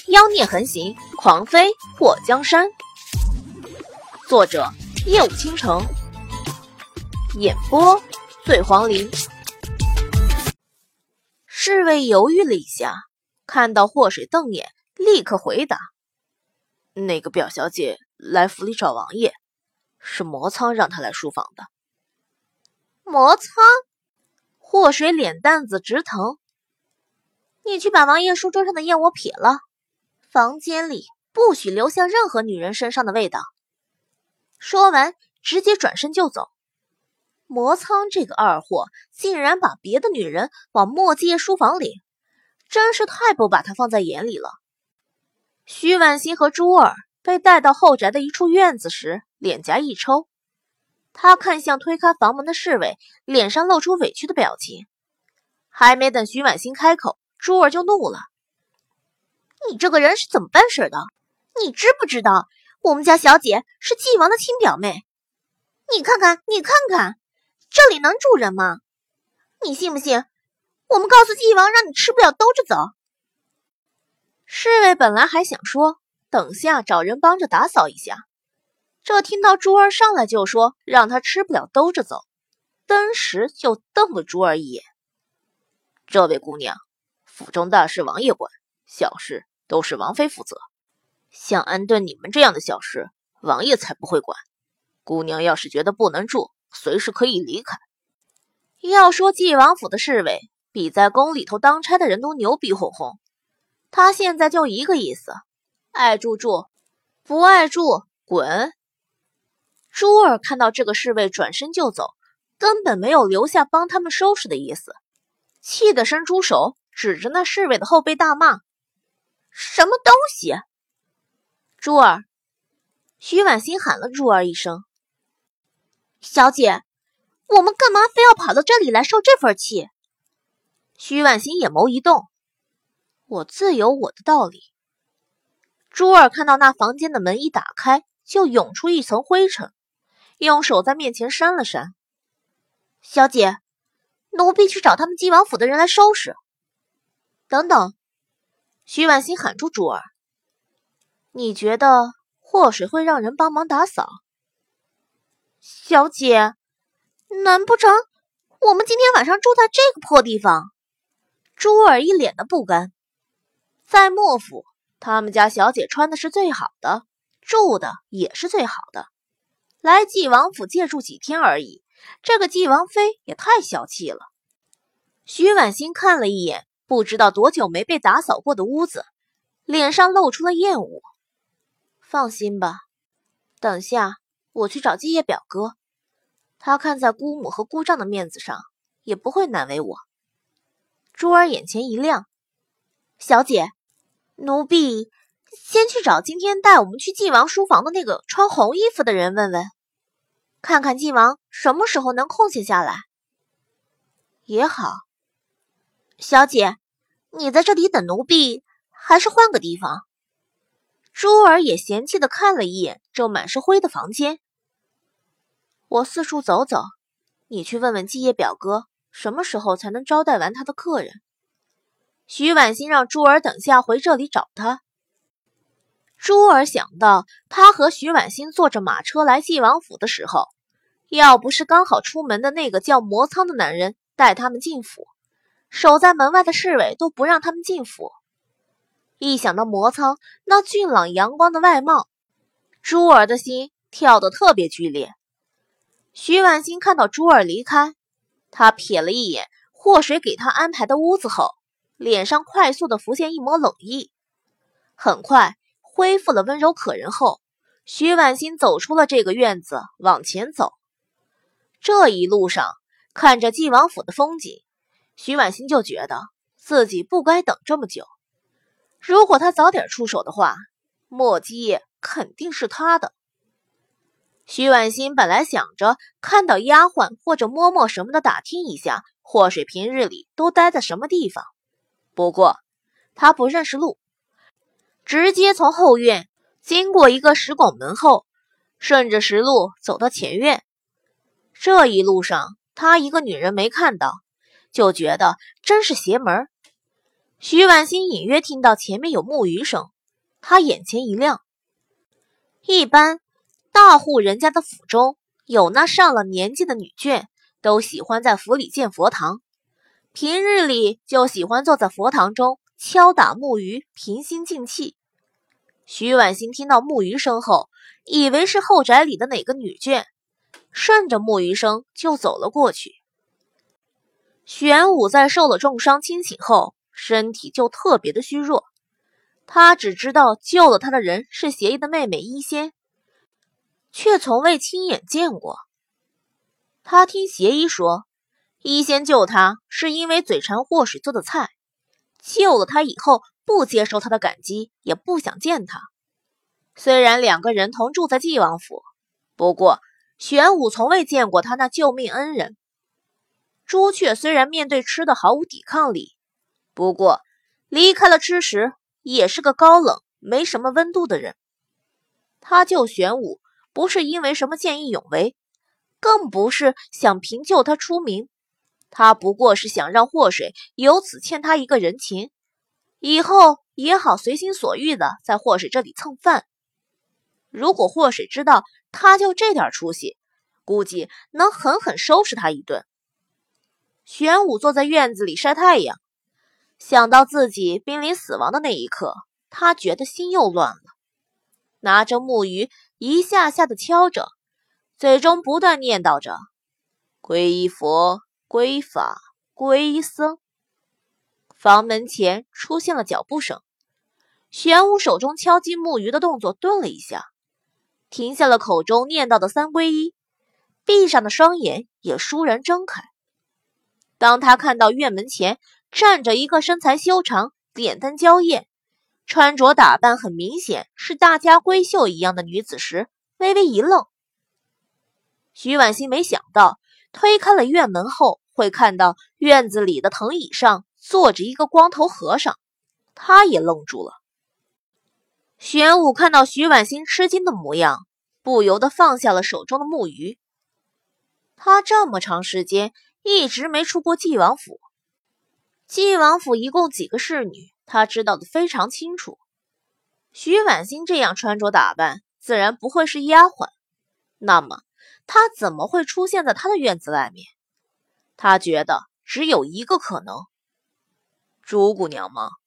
妖孽横行，狂飞破江山。作者：夜舞倾城，演播：醉黄林。侍卫犹豫了一下，看到祸水瞪眼，立刻回答：“ 那个表小姐来府里找王爷，是魔苍让她来书房的。” 魔苍？祸水脸蛋子直疼。你去把王爷书桌上的燕窝撇了，房间里不许留下任何女人身上的味道。说完，直接转身就走。魔苍这个二货竟然把别的女人往墨迹叶书房里，真是太不把他放在眼里了。徐婉欣和珠儿被带到后宅的一处院子时，脸颊一抽，他看向推开房门的侍卫，脸上露出委屈的表情。还没等徐婉欣开口，珠儿就怒了：“你这个人是怎么办事的？你知不知道我们家小姐是纪王的亲表妹？你看看，这里能住人吗？你信不信我们告诉纪王，让你吃不了兜着走？”侍卫本来还想说等下找人帮着打扫一下，这听到珠儿上来就说让他吃不了兜着走，登时就瞪了珠儿一眼：“ 这位姑娘，府中大事王爷管，小事都是王妃负责。像安顿你们这样的小事，王爷才不会管。姑娘要是觉得不能住，随时可以离开。” 要说纪王府的侍卫比在宫里头当差的人都牛逼哄哄，他现在就一个意思：爱住住，不爱住滚。珠儿看到这个侍卫转身就走，根本没有留下帮他们收拾的意思，气得伸出手指着那侍卫的后背大骂：“什么东西！”珠儿，徐婉欣喊了珠儿一声：“小姐，我们干嘛非要跑到这里来受这份气？”徐婉欣眼眸一动：“我自有我的道理。”珠儿看到那房间的门一打开，就涌出一层灰尘，用手在面前扇了扇：“小姐，奴婢去找他们纪王府的人来收拾。”等等，徐婉欣喊住珠儿：“你觉得祸水会让人帮忙打扫？”小姐，难不成我们今天晚上住在这个破地方？珠儿一脸的不甘。在莫府，他们家小姐穿的是最好的，住的也是最好的。来纪王府借住几天而已，这个纪王妃也太小气了。徐婉欣看了一眼不知道多久没被打扫过的屋子，脸上露出了厌恶。放心吧，等下我去找继业表哥，他看在姑母和姑丈的面子上，也不会难为我。珠儿眼前一亮：“小姐，奴婢先去找今天带我们去纪王书房的那个穿红衣服的人问问，看看纪王什么时候能空闲下来。”也好。小姐，你在这里等奴婢，还是换个地方？珠儿也嫌弃地看了一眼这满是灰的房间。我四处走走，你去问问继业表哥，什么时候才能招待完他的客人。徐婉欣让珠儿等下回这里找他。珠儿想到他和徐婉欣坐着马车来纪王府的时候，要不是刚好出门的那个叫魔苍的男人带他们进府，守在门外的侍卫都不让他们进府。一想到魔苍那俊朗阳光的外貌，珠儿的心跳得特别剧烈。徐婉欣看到珠儿离开，她瞥了一眼祸水给她安排的屋子后，脸上快速地浮现一抹冷意。很快恢复了温柔可人后，徐婉欣走出了这个院子，往前走。这一路上看着纪王府的风景，徐婉欣就觉得自己不该等这么久。如果他早点出手的话，墨迹叶肯定是他的。徐婉欣本来想着看到丫鬟或者嬷嬷什么的打听一下祸水平日里都待在什么地方，不过他不认识路，直接从后院经过一个石拱门后，顺着石路走到前院。这一路上他一个女人没看到，就觉得真是邪门。徐婉欣隐约听到前面有木鱼声， 他眼前一亮。一般大户人家的府中，有那上了年纪的女眷，都喜欢在府里建佛堂，平日里就喜欢坐在佛堂中敲打木鱼，平心静气。徐婉欣听到木鱼声后，以为是后宅里的哪个女眷，顺着木鱼声就走了过去。玄武在受了重伤清醒后，身体就特别的虚弱。他只知道救了他的人是协议的妹妹一仙，却从未亲眼见过。他听协议说，一仙救他是因为嘴馋祸水做的菜，救了他以后不接受他的感激，也不想见他。虽然两个人同住在纪王府，不过玄武从未见过他那救命恩人。朱雀虽然面对吃的毫无抵抗力，不过离开了吃食，也是个高冷没什么温度的人。他救玄武不是因为什么见义勇为，更不是想凭救他出名，他不过是想让祸水由此欠他一个人情，以后也好随心所欲的在祸水这里蹭饭。如果祸水知道他就这点出息，估计能狠狠收拾他一顿。玄武坐在院子里晒太阳，想到自己濒临死亡的那一刻，他觉得心又乱了。拿着木鱼一下下的敲着，嘴中不断念叨着皈依佛，皈依法，皈依僧。房门前出现了脚步声，玄武手中敲击木鱼的动作顿了一下，停下了口中念叨的三皈依，闭上的双眼也倏然睁开。当他看到院门前站着一个身材修长、脸蛋娇艳、穿着打扮很明显是大家闺秀一样的女子时，微微一愣。徐婉欣没想到推开了院门后，会看到院子里的藤椅上坐着一个光头和尚，他也愣住了。玄武看到徐婉欣吃惊的模样，不由得放下了手中的木鱼。他这么长时间一直没出过纪王府，纪王府一共几个侍女，他知道的非常清楚。徐婉欣这样穿着打扮，自然不会是丫鬟，那么她怎么会出现在他的院子外面？他觉得只有一个可能，朱姑娘吗？